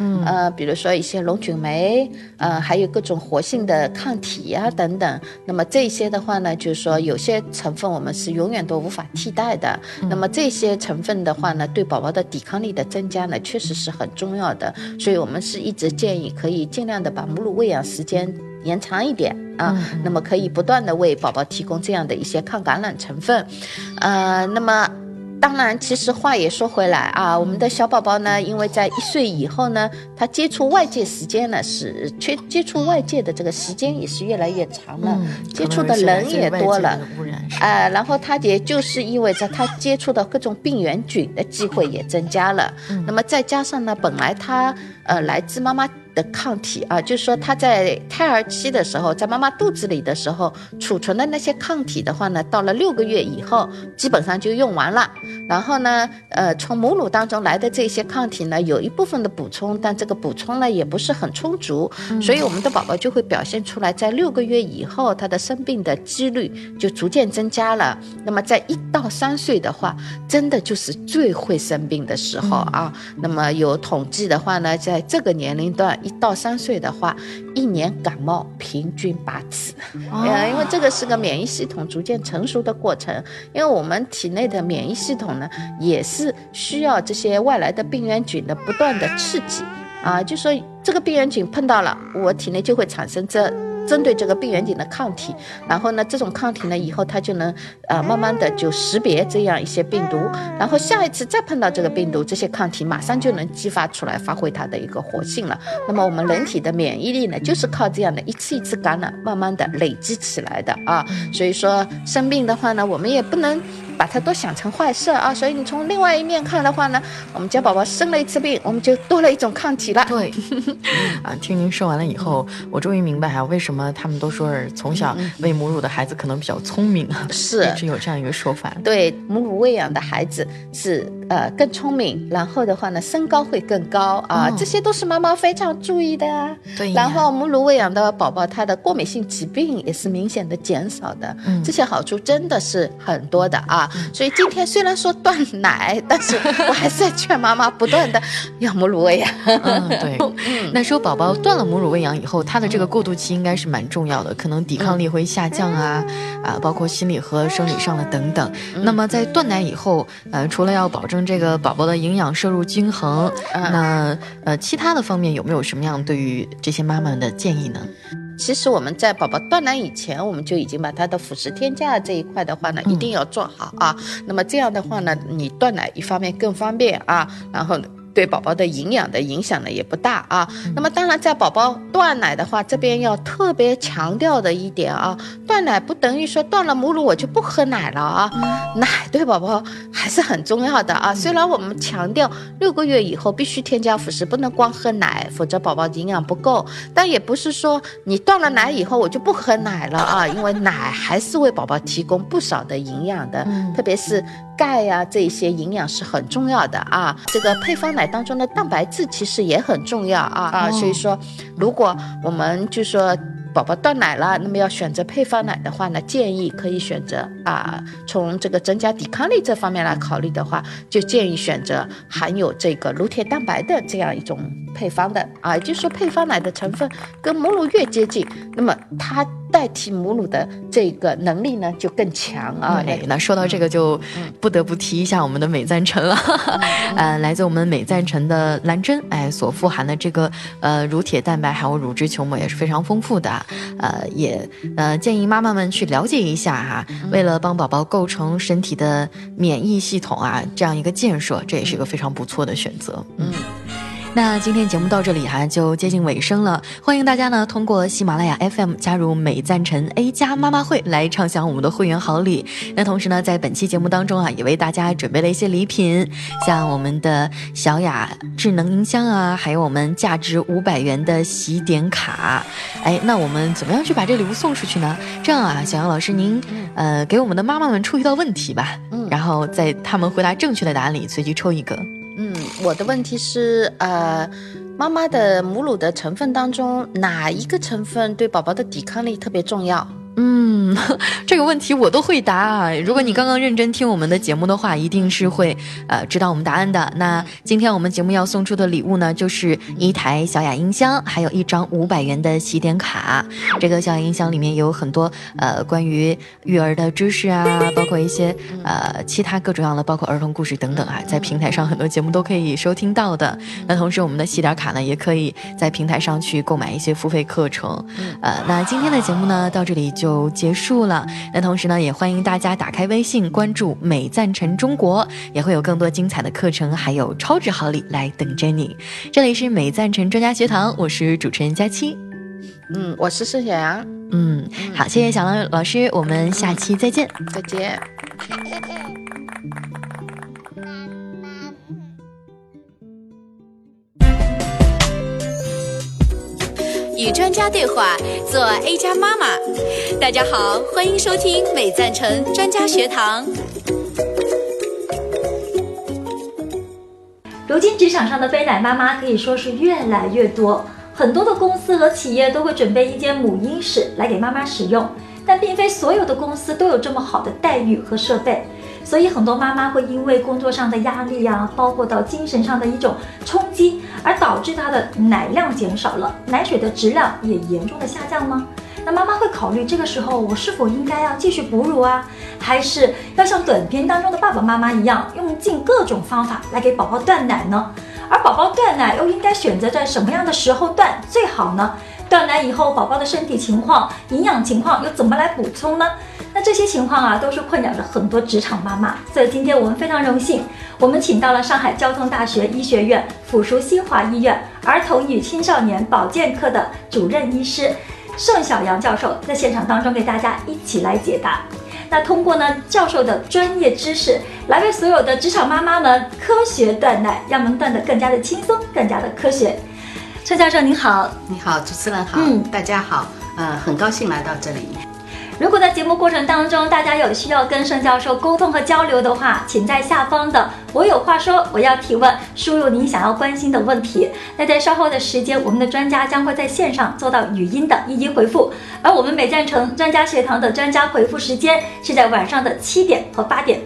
嗯，呃，比如说一些龙菌酶，呃，还有各种活性的抗体呀、啊、等等。那么这些的话呢，就是说有些成分我们是永远都无法替代的。嗯、那么这些成分的话呢，对宝宝的抵抗力的增加呢，确实是很重要的。所以我们是一直建议可以尽量的把母乳喂养时间延长一点啊，嗯、那么可以不断的为宝宝提供这样的一些抗感染成分，呃，那么。当然其实话也说回来啊，我们的小宝宝呢，因为在一岁以后呢，他接触外界时间呢是接接触外界的这个时间也是越来越长了，嗯、接触的人也多了，呃，然后他也就是意味着他接触到各种病原菌的机会也增加了，嗯、那么再加上呢，本来他呃来自妈妈的抗体啊，就是说他在胎儿期的时候，在妈妈肚子里的时候储存的那些抗体的话呢，到了六个月以后基本上就用完了。然后呢，呃，从母乳当中来的这些抗体呢，有一部分的补充，但这个补充呢也不是很充足，嗯、所以我们的宝宝就会表现出来，在六个月以后，他的生病的几率就逐渐增加了。那么在一到三岁的话，真的就是最会生病的时候啊。嗯、那么有统计的话呢，在这个年龄段一到三岁的话，一年感冒平均八次，哦、呃，因为这个是个免疫系统逐渐成熟的过程，因为我们体内的免疫系统呢，也是需要这些外来的病原菌的不断的刺激啊，就说这个病原菌碰到了，我体内就会产生这针对这个病原菌的抗体，然后呢，这种抗体呢，以后它就能呃慢慢的就识别这样一些病毒，然后下一次再碰到这个病毒，这些抗体马上就能激发出来，发挥它的一个活性了。那么我们人体的免疫力呢，就是靠这样的一次一次感染，慢慢的累积起来的啊。所以说生病的话呢，我们也不能把它都想成坏事啊。所以你从另外一面看的话呢，我们家宝宝生了一次病，我们就多了一种抗体了。 对，啊，听您说完了以后，我终于明白啊，为什么他们都说是从小喂母乳的孩子可能比较聪明啊， 是一直有这样一个说法。 对，母乳喂养的孩子是呃更聪明，然后的话呢，身高会更高啊，哦、这些都是妈妈非常注意的啊。对，然后母乳喂养的宝宝，他的过敏性疾病也是明显的减少的，嗯、这些好处真的是很多的啊。嗯、所以今天虽然说断奶，但是我还是在劝妈妈不断的要母乳喂养。 嗯，对。嗯、那说宝宝断了母乳喂养以后，他的这个过渡期应该是蛮重要的，可能抵抗力会下降啊，嗯、啊，包括心理和生理上的等等。嗯、那么在断奶以后，呃，除了要保证这个宝宝的营养摄入均衡，嗯、那呃，其他的方面有没有什么样对于这些妈妈们的建议呢？ 其实我们在宝宝断奶以前，我们就已经把它的辅食添加这一块的话呢，一定要做好啊。嗯、那么这样的话呢，你断奶一方面更方便啊，然后对宝宝的营养的影响呢也不大啊。嗯、那么当然在宝宝断奶的话，这边要特别强调的一点啊，断奶不等于说断了母乳我就不喝奶了啊。嗯、奶对宝宝还是很重要的啊。嗯、虽然我们强调六个月以后必须添加辅食，不能光喝奶，否则宝宝营养不够，但也不是说你断了奶以后我就不喝奶了啊，因为奶还是为宝宝提供不少的营养的，嗯、特别是钙呀、啊、这些营养是很重要的啊。这个配方奶当中的蛋白质其实也很重要啊啊，所以说如果我们就说宝宝断奶了，那么要选择配方奶的话呢，建议可以选择啊，从这个增加抵抗力这方面来考虑的话，就建议选择含有这个乳铁蛋白的这样一种配方的啊，也就是说配方奶的成分跟母乳越接近，那么它代替母乳的这个能力呢就更强啊。 哎，那说到这个就不得不提一下我们的美赞臣了，嗯、呃，来自我们美赞臣的蓝针，哎，所富含的这个呃乳铁蛋白还有乳汁球膜也是非常丰富的，呃，也呃建议妈妈们去了解一下哈，嗯、为了帮宝宝构成身体的免疫系统啊这样一个建设，这也是一个非常不错的选择。嗯。那今天节目到这里哈、啊、就接近尾声了，欢迎大家呢通过喜马拉雅 F M 加入美赞臣 A 加妈妈会来畅享我们的会员好礼。那同时呢，在本期节目当中啊，也为大家准备了一些礼品，像我们的小雅智能音箱啊，还有我们价值五百元的喜点卡。哎，那我们怎么样去把这礼物送出去呢？这样啊，小杨老师您呃给我们的妈妈们出一道问题吧，嗯，然后在他们回答正确的答案里随机抽一个。 嗯，我的问题是，呃，妈妈的母乳的成分当中，哪一个成分对宝宝的抵抗力特别重要？ 嗯，这个问题我都会答啊。如果你刚刚认真听我们的节目的话，一定是会呃知道我们答案的。那今天我们节目要送出的礼物呢，就是一台小雅音箱，还有一张五百元的喜点卡。这个小雅音箱里面有很多呃关于育儿的知识啊，包括一些呃其他各种样的，包括儿童故事等等啊，在平台上很多节目都可以收听到的。那同时我们的喜点卡呢，也可以在平台上去购买一些付费课程。呃，那今天的节目呢，到这里就结束了。那同时呢，也欢迎大家打开微信关注美赞臣中国，也会有更多精彩的课程还有超值好礼来等着你。这里是美赞臣专家学堂，我是主持人佳期。 嗯，我是盛小阳。 嗯，好，谢谢小郎老师，我们下期再见。 再见。 与专家对话，做 A 加妈妈。大家好，欢迎收听美赞臣专家学堂。 如今职场上的背奶妈妈可以说是越来越多，很多的公司和企业都会准备一间母婴室来给妈妈使用，但并非所有的公司都有这么好的待遇和设备。所以很多妈妈会因为工作上的压力啊，包括到精神上的一种冲击，而导致她的奶量减少了，奶水的质量也严重的下降吗？那妈妈会考虑这个时候我是否应该要继续哺乳啊，还是要像短片当中的爸爸妈妈一样，用尽各种方法来给宝宝断奶呢？而宝宝断奶又应该选择在什么样的时候断最好呢？断奶以后宝宝的身体情况、营养情况又怎么来补充呢？那这些情况啊，都是困扰着很多职场妈妈。所以今天我们非常荣幸，我们请到了上海交通大学医学院附属新华医院儿童与青少年保健科的主任医师盛小阳教授，在现场当中给大家一起来解答。那通过呢教授的专业知识，来为所有的职场妈妈们科学断奶，让我们断得更加的轻松，更加的科学。盛教授您好。 你好，主持人好， 嗯， 大家好，呃，很高兴来到这里。 如果在节目过程当中，大家有需要跟盛教授沟通和交流的话，请在下方的我有话说，我要提问，输入您想要关心的问题。那在稍后的时间，我们的专家将会在线上做到语音的一一回复，而我们美赞臣专家学堂的专家回复时间是在晚上的七点和八点。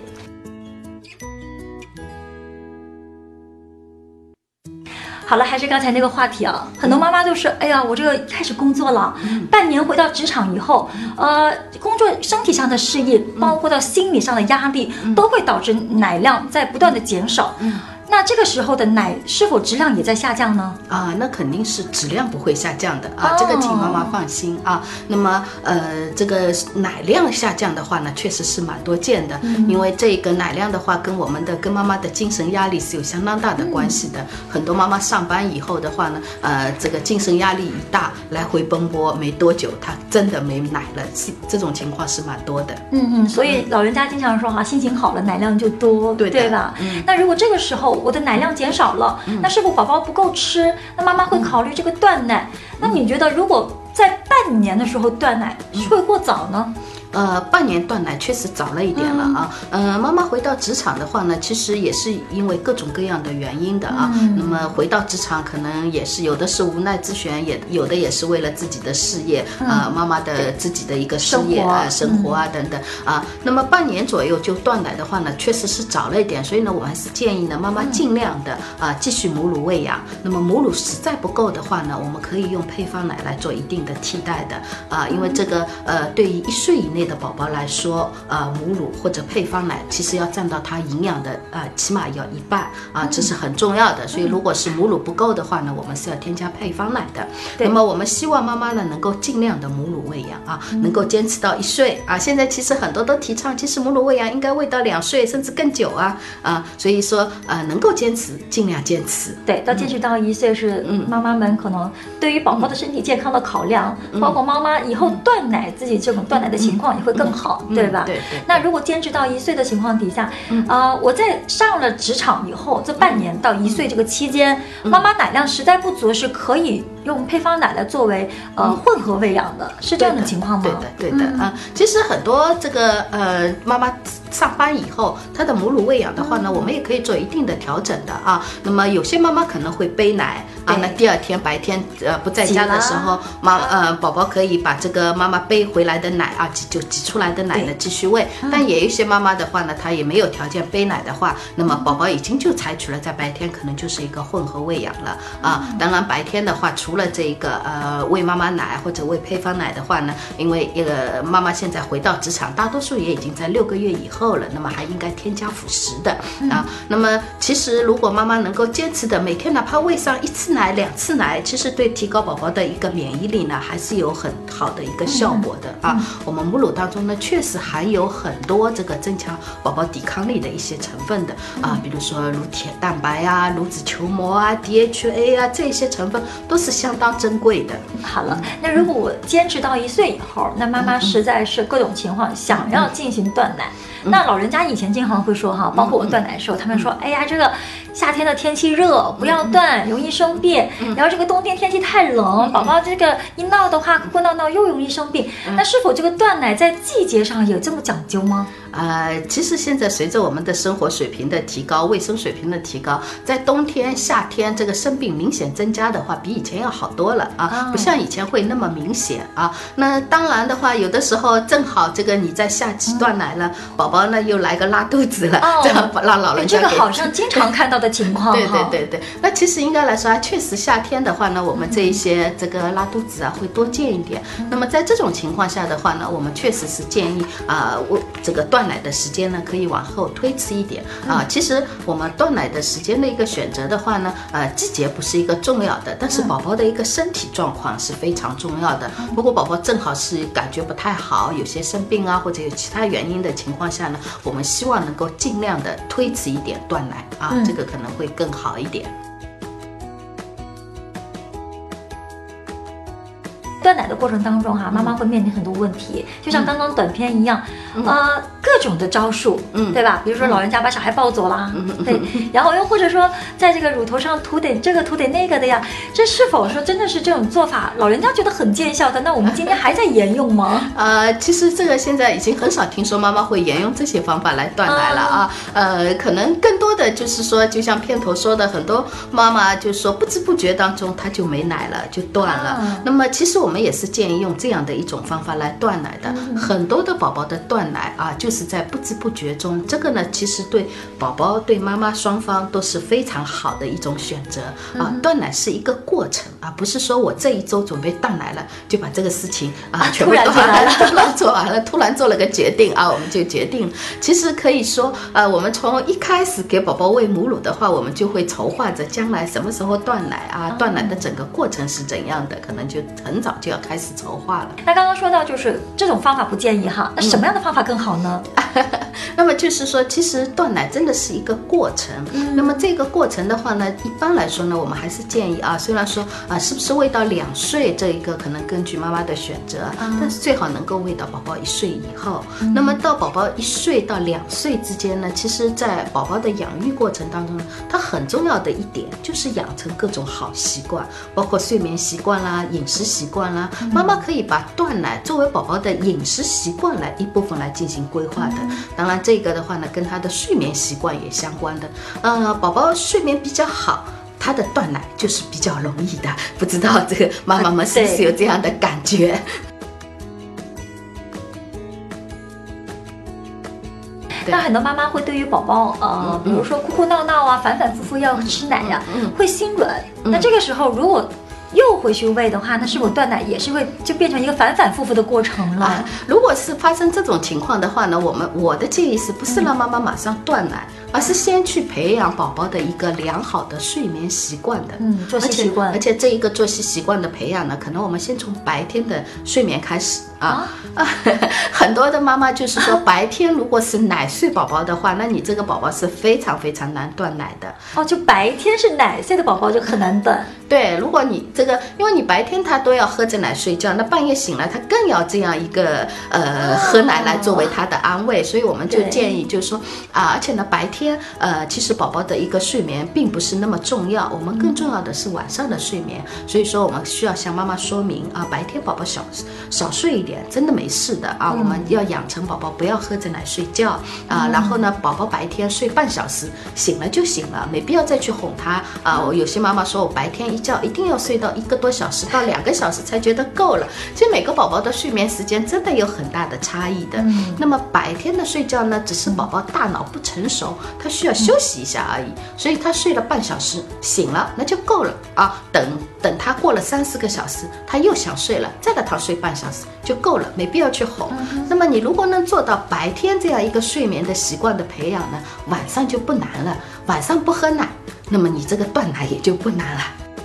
好了，还是刚才那个话题啊，很多妈妈就是，哎呀，我这个开始工作了，嗯、半年回到职场以后，呃，工作身体上的适应，包括到心理上的压力，嗯、都会导致奶量在不断的减少。嗯那这个时候的奶是否质量也在下降呢？ 啊，那肯定是质量不会下降的啊，哦、这个请妈妈放心啊。那么呃，这个奶量下降的话呢，确实是蛮多见的，嗯、因为这个奶量的话，跟我们的跟妈妈的精神压力是有相当大的关系的。嗯、很多妈妈上班以后的话呢，呃，这个精神压力一大，来回奔波没多久，她真的没奶了，是这种情况是蛮多的。 嗯嗯，所以老人家经常说哈，心情好了奶量就多， 对对吧？ 嗯， 那如果这个时候我的奶量减少了，嗯、那是否宝宝不够吃？那妈妈会考虑这个断奶。嗯、那你觉得如果在半年的时候断奶，嗯、会过早呢？ 呃，半年断奶确实早了一点了啊。嗯、呃，妈妈回到职场的话呢，其实也是因为各种各样的原因的啊。嗯、那么回到职场，可能也是有的是无奈之选，也有的也是为了自己的事业啊、嗯呃，妈妈的自己的一个事业啊、生活啊、嗯、等等啊。那么半年左右就断奶的话呢，确实是早了一点，所以呢，我还是建议呢，妈妈尽量的啊继续母乳喂养。那么母乳实在不够的话呢，我们可以用配方奶来做一定的替代的啊，因为这个呃，对于一岁以内的宝宝来说，呃，母乳或者配方奶其实要占到它营养的呃，起码要一半啊，这是很重要的。所以如果是母乳不够的话呢，我们是要添加配方奶的。那么我们希望妈妈呢能够尽量的母乳喂养啊，能够坚持到一岁啊。现在其实很多都提倡，其实母乳喂养应该喂到两岁甚至更久啊啊，所以说呃能够坚持尽量坚持。 对，到坚持到一岁是妈妈们可能对于宝宝的身体健康的考量，嗯、包括妈妈以后断奶自己这种断奶的情况也会更好，嗯、对吧？ 对 对, 对。 那如果坚持到一岁的情况底下，嗯、呃，我在上了职场以后，这半年到一岁这个期间，嗯、妈妈奶量实在不足，是可以用配方奶来作为呃、嗯、混合喂养的，是这样的情况吗？ 对的，对的，对的、嗯、啊。其实很多这个呃妈妈上班以后，她的母乳喂养的话呢，嗯、我们也可以做一定的调整的啊。那么有些妈妈可能会杯奶啊，那第二天白天呃不在家的时候，妈呃宝宝可以把这个妈妈背回来的奶啊，挤就挤出来的奶呢继续喂。嗯、但也有一些妈妈的话呢，她也没有条件杯奶的话，那么宝宝已经就采取了在白天可能就是一个混合喂养了啊。当然白天的话，除了这个呃喂妈妈奶或者喂配方奶的话呢，因为呃妈妈现在回到职场，大多数也已经在六个月以后了，那么还应该添加辅食的啊。那么其实如果妈妈能够坚持的每天哪怕喂上一次奶两次奶，其实对提高宝宝的一个免疫力呢还是有很好的一个效果的啊。我们母乳当中呢确实含有很多这个增强宝宝抵抗力的一些成分的啊，比如说乳铁蛋白啊、乳脂球膜啊、D H A 啊，这些成分都是相当珍贵的。 好了，那如果我坚持到一岁以后，那妈妈实在是各种情况想要进行断奶，嗯、那老人家以前经常会说哈，包括我断奶的时候，嗯、他们说，哎呀，这个夏天的天气热，不要断，容易生病。嗯、然后这个冬天天气太冷，宝宝这个一闹的话，哭哭闹闹又容易生病。嗯、那是否这个断奶在季节上有这么讲究吗？ 呃，其实现在随着我们的生活水平的提高，卫生水平的提高，在冬天、夏天这个生病明显增加的话，比以前要好多了啊，不像以前会那么明显啊。那当然的话，有的时候正好这个你在夏季断奶了，宝宝呢又来个拉肚子了， 哦、 这样让老人家给、 这个好像经常看到的情况。 对对对对，那其实应该来说啊，确实夏天的话呢，我们这一些这个拉肚子啊会多见一点。嗯、那么在这种情况下的话呢，我们确实是建议啊，我、呃、这个断奶的时间呢可以往后推迟一点啊。其实我们断奶的时间的一个选择的话呢，呃，季节不是一个重要的，但是宝宝的一个身体状况是非常重要的。如果宝宝正好是感觉不太好，有些生病啊，或者有其他原因的情况下呢，我们希望能够尽量的推迟一点断奶啊，嗯、这个可能会更好一点。 断奶的过程当中哈、啊，妈妈会面临很多问题，就像刚刚短片一样，嗯、呃，各种的招数，嗯，对吧？比如说老人家把小孩抱走啦，嗯、对，然后又或者说在这个乳头上涂点这个涂点那个的呀，这是否说真的是这种做法，老人家觉得很见效的？那我们今天还在沿用吗？ 呃，其实这个现在已经很少听说妈妈会沿用这些方法来断奶了啊，嗯、呃，可能更多的就是说，就像片头说的，很多妈妈就说不知不觉当中她就没奶了，就断了。嗯、那么其实我们。我们也是建议用这样的一种方法来断奶的。嗯、很多的宝宝的断奶啊，就是在不知不觉中，这个呢，其实对宝宝对妈妈双方都是非常好的一种选择啊。嗯、断奶是一个过程啊，不是说我这一周准备断奶了，就把这个事情啊全部断完了，突然做完了，突然做了个决定啊，我们就决定了。其实可以说，呃，我们从一开始给宝宝喂母乳的话，我们就会筹划着将来什么时候断奶啊，嗯、断奶的整个过程是怎样的，可能就很早就要开始筹划了。 那刚刚说到就是这种方法不建议哈，那什么样的方法更好呢？ 嗯、那么就是说，其实断奶真的是一个过程。嗯、那么这个过程的话呢，一般来说呢，我们还是建议啊，虽然说啊，是不是喂到两岁这一个可能根据妈妈的选择，嗯、但是最好能够喂到宝宝一岁以后。嗯、那么到宝宝一岁到两岁之间呢，其实在宝宝的养育过程当中呢，它很重要的一点就是养成各种好习惯，包括睡眠习惯啦、饮食习惯啦。嗯、妈妈可以把断奶作为宝宝的饮食习惯来一部分来进行规划的。嗯、当然这个的话呢，跟他的睡眠习惯也相关的。呃，宝宝睡眠比较好，他的断奶就是比较容易的。不知道这个妈妈们是不是有这样的感觉？ 那很多妈妈会对于宝宝，呃，比如说哭哭闹闹啊，反反复复要吃奶呀、啊，嗯、会心软。嗯、那这个时候如果又回去喂的话，那是否断奶也是会就变成一个反反复复的过程了？啊、 如果是发生这种情况的话呢，我们我的建议是不是让妈妈马上断奶？嗯而是先去培养宝宝的一个良好的睡眠习惯的， 嗯，作息习惯。 而且这一个作息习惯的培养呢，可能我们先从白天的睡眠开始啊。啊很多的妈妈就是说，白天如果是奶睡宝宝的话，那你这个宝宝是非常非常难断奶的。 哦，就白天是奶睡的宝宝就很难断。 对，如果你这个，因为你白天他都要喝着奶睡觉，那半夜醒了他更要这样一个呃喝奶来作为他的安慰，所以我们就建议就是说啊，而且呢白天呃其实宝宝的一个睡眠并不是那么重要，我们更重要的是晚上的睡眠，所以说我们需要向妈妈说明啊，白天宝宝少少睡一点，真的没事的啊，我们要养成宝宝不要喝着奶睡觉啊，然后呢宝宝白天睡半小时，醒了就醒了，没必要再去哄他啊。我有些妈妈说我白天一觉一定要睡到一个多小时到两个小时才觉得够了，其实每个宝宝的睡眠时间真的有很大的差异的。嗯、那么白天的睡觉呢，只是宝宝大脑不成熟，他需要休息一下而已，所以他睡了半小时醒了那就够了啊。等等他过了三四个小时，他又想睡了，再让他睡半小时就够了，没必要去哄。嗯、那么你如果能做到白天这样一个睡眠的习惯的培养呢，晚上就不难了。晚上不喝奶，那么你这个断奶也就不难了。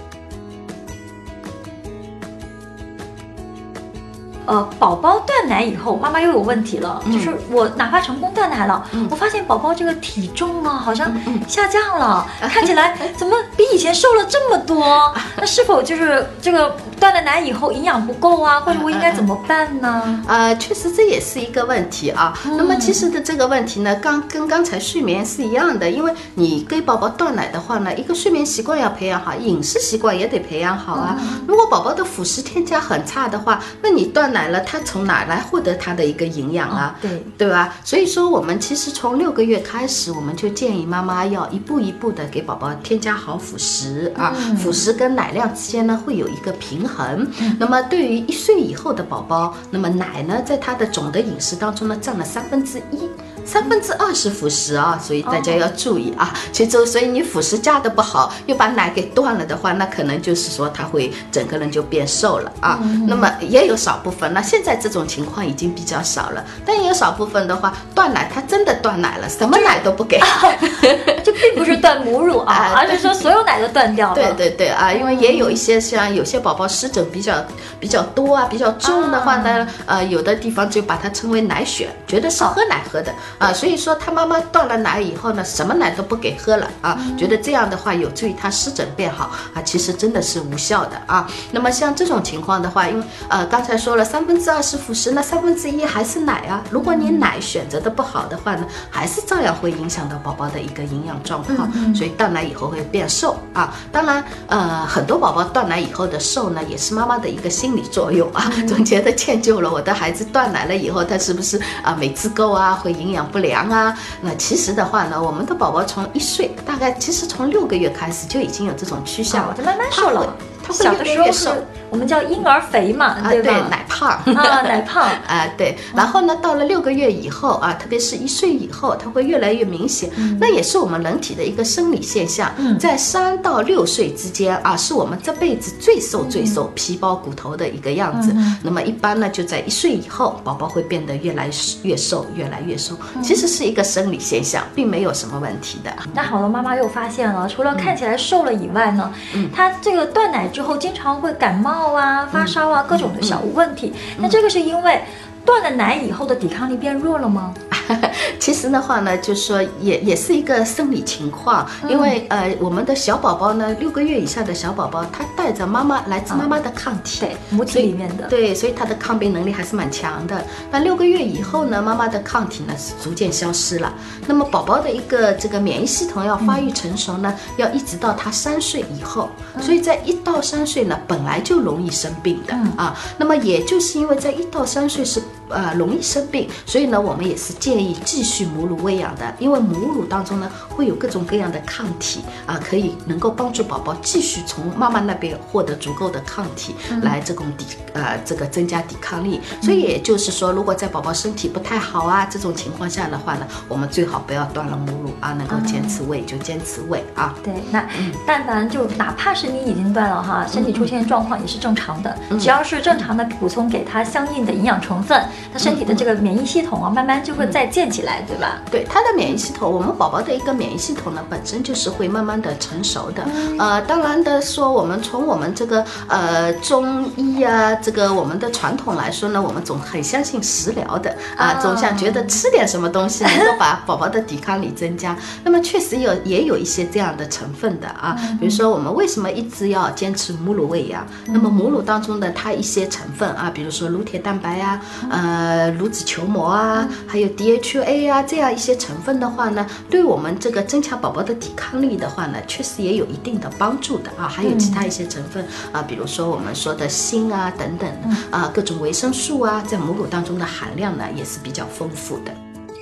呃，宝宝断奶以后，妈妈又有问题了，嗯、就是我哪怕成功断奶了，嗯、我发现宝宝这个体重啊好像下降了，嗯、看起来怎么比以前瘦了这么多？那是否就是这个断了奶以后营养不够啊，或者我应该怎么办呢？ 呃，确实这也是一个问题啊。嗯、那么其实的这个问题呢，刚跟刚才睡眠是一样的，因为你给宝宝断奶的话呢，一个睡眠习惯要培养好，饮食习惯也得培养好啊。嗯、如果宝宝的辅食添加很差的话，那你断奶了，他从哪来获得他的一个营养啊？ 哦、对对吧？所以说我们其实从六个月开始，我们就建议妈妈要一步一步的给宝宝添加好辅食啊，嗯、辅食跟奶量之间呢会有一个平衡。嗯、那么对于一岁以后的宝宝，那么奶呢在他的总的饮食当中呢占了三分之一。三分之二是辅食啊，所以大家要注意啊。其实，所以你辅食加的不好，又把奶给断了的话，那可能就是说他会整个人就变瘦了啊。嗯、那么也有少部分，那现在这种情况已经比较少了，但也有少部分的话，断奶他真的断奶了，什么奶都不给， 这并不是断母乳啊，而是说所有奶都断掉了。 对对对啊，因为也有一些像有些宝宝湿疹比较比较多啊，比较重的话呢，啊、呃，有的地方就把它称为奶癣，觉得是喝奶喝的。啊，所以说他妈妈断了奶以后呢，什么奶都不给喝了啊，嗯、觉得这样的话有助于他湿疹变好啊，其实真的是无效的啊。那么像这种情况的话，因为呃刚才说了三分之二是辅食，那三分之一还是奶啊。如果你奶选择的不好的话呢，还是照样会影响到宝宝的一个营养状况，嗯嗯所以断奶以后会变瘦啊。当然呃很多宝宝断奶以后的瘦呢，也是妈妈的一个心理作用啊，嗯、总觉得歉疚了，我的孩子断奶了以后，他是不是啊没吃够啊，会营养不良啊？那其实的话呢，我们的宝宝从一岁，大概其实从六个月开始就已经有这种趋向了， 就慢慢瘦了。小的时候是我们叫婴儿肥嘛， 啊、 对吧？ 对，奶胖啊，奶胖啊，对。然后呢，到了六个月以后啊，特别是一岁以后，它会越来越明显。嗯、那也是我们人体的一个生理现象。嗯、在三到六岁之间啊，是我们这辈子最瘦最瘦、嗯、皮包骨头的一个样子。嗯、那么一般呢，就在一岁以后，宝宝会变得越来越瘦，越来越瘦。嗯、其实是一个生理现象，并没有什么问题的。 那好了，妈妈又发现了，除了看起来瘦了以外呢，嗯、她这个断奶之后经常会感冒啊、发烧啊，各种的小问题。嗯嗯、那这个是因为断了奶以后的抵抗力变弱了吗？ 其实的话呢，就是说也也是一个生理情况，嗯、因为呃，我们的小宝宝呢，六个月以下的小宝宝，他带着妈妈来自妈妈的抗体， 对，母体里面的， 对，所以他的抗病能力还是蛮强的。但六个月以后呢，妈妈的抗体呢是逐渐消失了。那么宝宝的一个这个免疫系统要发育成熟呢，嗯、要一直到他三岁以后，嗯、所以在一到三岁呢，本来就容易生病的、嗯、啊。那么也就是因为在一到三岁是呃容易生病，所以呢，我们也是建议继续母乳喂养的，因为母乳当中呢会有各种各样的抗体啊，可以能够帮助宝宝继续从妈妈那边获得足够的抗体，嗯、来这种抵呃这个增加抵抗力。所以也就是说，如果在宝宝身体不太好啊这种情况下的话呢，我们最好不要断了母乳啊，能够坚持喂就坚持喂啊。 对，那、嗯、但凡就哪怕是你已经断了哈，身体出现状况也是正常的，嗯、只要是正常的补充给它相应的营养成分。 他身体的这个免疫系统啊，慢慢就会再建起来，对吧？ 对，他的免疫系统，我们宝宝的一个免疫系统呢，本身就是会慢慢的成熟的。呃，当然的说，我们从我们这个呃中医啊，这个我们的传统来说呢，我们总很相信食疗的啊，总想觉得吃点什么东西能够把宝宝的抵抗力增加。那么确实有也有一些这样的成分的啊，比如说我们为什么一直要坚持母乳喂养？那么母乳当中的它一些成分啊，比如说乳铁蛋白啊，呃乳脂球膜啊，还有 D H A 啊，这样一些成分的话呢，对我们这个增强宝宝的抵抗力的话呢，确实也有一定的帮助的啊。还有其他一些成分啊，比如说我们说的锌啊等等啊，各种维生素啊，在母乳当中的含量呢也是比较丰富的。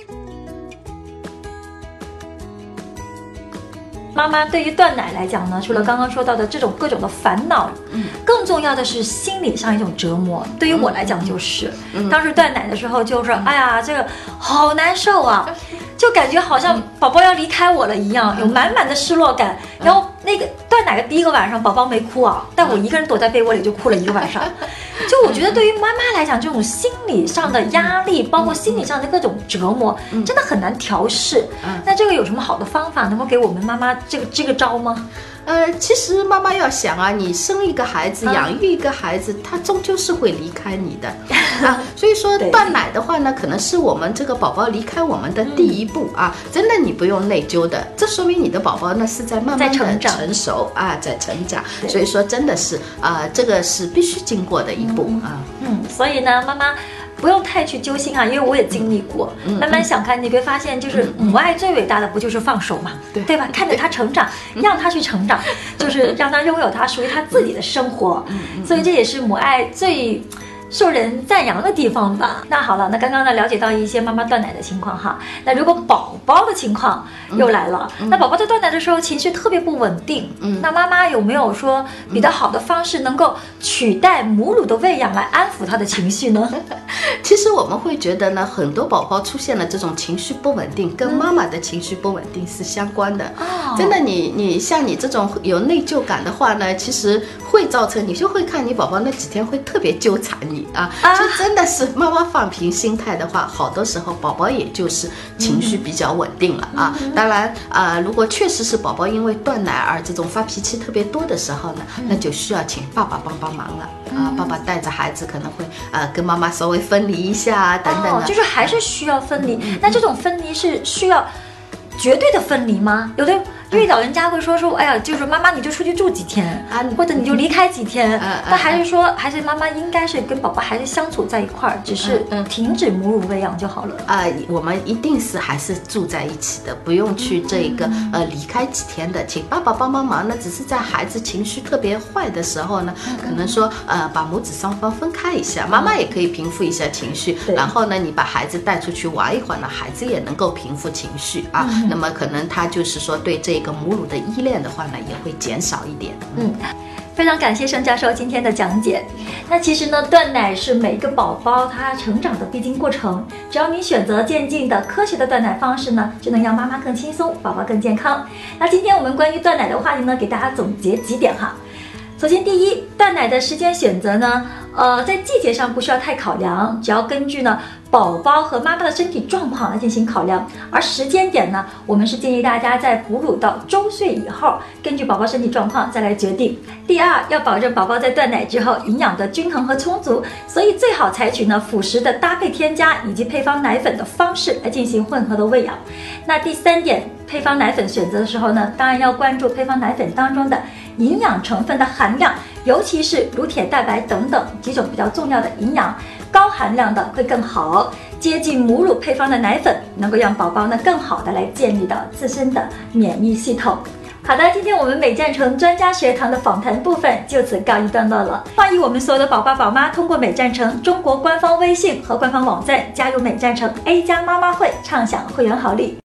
妈妈对于断奶来讲呢，除了刚刚说到的这种各种的烦恼，嗯，更重要的是心理上一种折磨。对于我来讲就是，嗯、当时断奶的时候就是，哎呀，这个好难受啊，就感觉好像宝宝要离开我了一样，有满满的失落感。然后那个断奶的第一个晚上，宝宝没哭啊，但我一个人躲在被窝里就哭了一个晚上。就我觉得对于妈妈来讲，这种心理上的压力，包括心理上的各种折磨，真的很难调试。那这个有什么好的方法能够给我们妈妈这个这个招吗？ 呃，其实妈妈要想啊，你生一个孩子，养育一个孩子，他终究是会离开你的啊。所以说断奶的话呢，可能是我们这个宝宝离开我们的第一步啊。真的你不用内疚的，这说明你的宝宝呢是在慢慢的成熟啊，在成长。所以说真的是啊、呃，这个是必须经过的一步啊。 嗯，所以呢，妈妈不用太去揪心啊，因为我也经历过。嗯、慢慢想看，你会发现，就是母爱最伟大的不就是放手嘛，对对吧？看着他成长，让他去成长，就是让他拥有他属于他自己的生活。所以这也是母爱最受人赞扬的地方吧。那好了，那刚刚呢了解到一些妈妈断奶的情况哈，那如果宝宝的情况又来了，嗯、那宝宝在断奶的时候情绪特别不稳定，嗯、那妈妈有没有说比较好的方式能够取代母乳的喂养来安抚他的情绪呢？ 其实我们会觉得呢，很多宝宝出现了这种情绪不稳定，跟妈妈的情绪不稳定是相关的。哦、真的你，你你像你这种有内疚感的话呢，其实会造成你就会看你宝宝那几天会特别纠缠你啊。就真的是妈妈放平心态的话，好多时候宝宝也就是情绪比较稳定了啊。嗯、当然啊、呃，如果确实是宝宝因为断奶而这种发脾气特别多的时候呢，嗯、那就需要请爸爸帮帮忙了啊。爸爸带着孩子可能会呃跟妈妈稍微分离一下等等的、 哦，就是还是需要分离。嗯、那这种分离是需要绝对的分离吗？有的。因为老人家会说说，哎呀，就是妈妈你就出去住几天啊，或者你就离开几天。那、嗯、还是说，还是妈妈应该是跟宝宝还是相处在一块儿，只是停止母乳喂养就好了。 啊、呃，我们一定是还是住在一起的，不用去这个、嗯、呃离开几天的，请爸爸帮帮忙呢。只是在孩子情绪特别坏的时候呢，嗯、可能说呃把母子双方分开一下，妈妈也可以平复一下情绪，嗯、然后呢你把孩子带出去玩一会儿呢，孩子也能够平复情绪啊。嗯、那么可能他就是说对这个母乳的依恋的话呢，也会减少一点。 嗯，非常感谢盛教授今天的讲解。那其实呢，断奶是每一个宝宝他成长的必经过程。只要你选择渐进的科学的断奶方式呢，就能让妈妈更轻松，宝宝更健康。那今天我们关于断奶的话题呢，给大家总结几点哈。首先，第一，断奶的时间选择呢，呃，在季节上不需要太考量，只要根据呢宝宝和妈妈的身体状况来进行考量。而时间点呢，我们是建议大家在哺乳到周岁以后，根据宝宝身体状况再来决定。第二，要保证宝宝在断奶之后营养的均衡和充足，所以最好采取呢辅食的搭配添加以及配方奶粉的方式来进行混合的喂养。那第三点，配方奶粉选择的时候呢，当然要关注配方奶粉当中的营养成分的含量，尤其是乳铁蛋白等等几种比较重要的营养，高含量的会更好。接近母乳配方的奶粉，能够让宝宝呢更好的来建立到自身的免疫系统。好的，今天我们美赞城专家学堂的访谈部分就此告一段落了。欢迎我们所有的宝爸宝妈通过美赞城中国官方微信和官方网站加入美赞城 A 加妈妈会，畅享会员好礼。